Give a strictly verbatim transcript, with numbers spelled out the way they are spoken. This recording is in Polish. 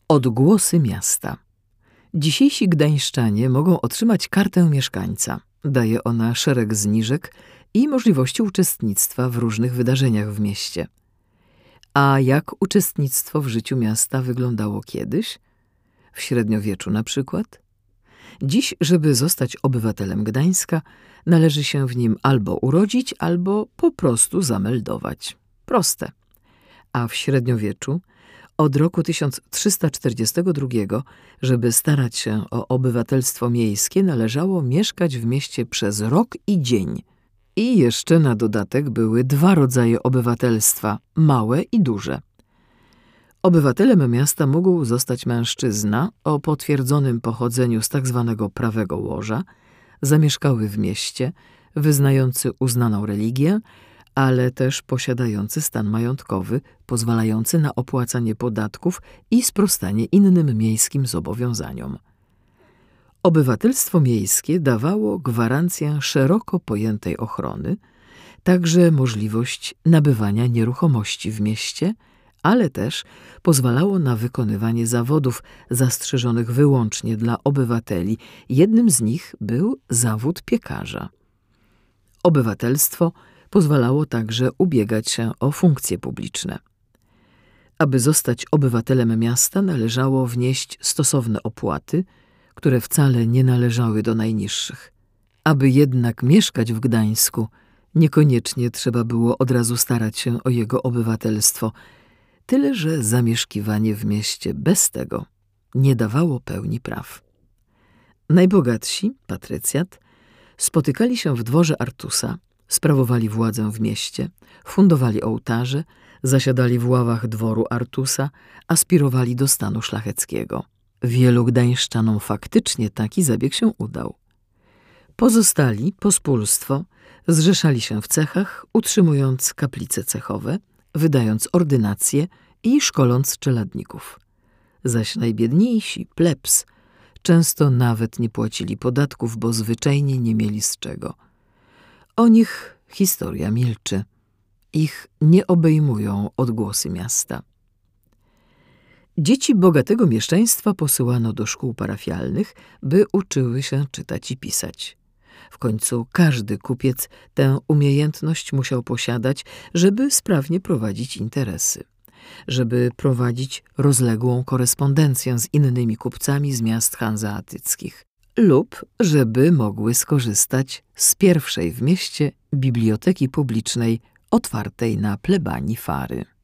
Odgłosy miasta. Dzisiejsi gdańszczanie mogą otrzymać kartę mieszkańca. Daje ona szereg zniżek i możliwości uczestnictwa w różnych wydarzeniach w mieście. A jak uczestnictwo w życiu miasta wyglądało kiedyś? W średniowieczu na przykład? Dziś, żeby zostać obywatelem Gdańska, należy się w nim albo urodzić, albo po prostu zameldować. Proste. A w średniowieczu, od roku tysiąc trzysta czterdziestego drugiego, żeby starać się o obywatelstwo miejskie, należało mieszkać w mieście przez rok i dzień. I jeszcze na dodatek były dwa rodzaje obywatelstwa, małe i duże. Obywatelem miasta mógł zostać mężczyzna o potwierdzonym pochodzeniu z tzw. prawego łoża, zamieszkały w mieście, wyznający uznaną religię, ale też posiadający stan majątkowy, pozwalający na opłacanie podatków i sprostanie innym miejskim zobowiązaniom. Obywatelstwo miejskie dawało gwarancję szeroko pojętej ochrony, także możliwość nabywania nieruchomości w mieście, ale też pozwalało na wykonywanie zawodów zastrzeżonych wyłącznie dla obywateli. Jednym z nich był zawód piekarza. Obywatelstwo pozwalało także ubiegać się o funkcje publiczne. Aby zostać obywatelem miasta, należało wnieść stosowne opłaty, które wcale nie należały do najniższych. Aby jednak mieszkać w Gdańsku, niekoniecznie trzeba było od razu starać się o jego obywatelstwo, tyle że zamieszkiwanie w mieście bez tego nie dawało pełni praw. Najbogatsi, patrycjat, spotykali się w dworze Artusa, sprawowali władzę w mieście, fundowali ołtarze, zasiadali w ławach dworu Artusa, aspirowali do stanu szlacheckiego. Wielu gdańszczanom faktycznie taki zabieg się udał. Pozostali, pospólstwo, zrzeszali się w cechach, utrzymując kaplice cechowe, wydając ordynacje i szkoląc czeladników. Zaś najbiedniejsi, plebs, często nawet nie płacili podatków, bo zwyczajnie nie mieli z czego. O nich historia milczy. Ich nie obejmują odgłosy miasta. Dzieci bogatego mieszczaństwa posyłano do szkół parafialnych, by uczyły się czytać i pisać. W końcu każdy kupiec tę umiejętność musiał posiadać, żeby sprawnie prowadzić interesy, żeby prowadzić rozległą korespondencję z innymi kupcami z miast hanzeatyckich lub żeby mogły skorzystać z pierwszej w mieście biblioteki publicznej otwartej na plebanii Fary.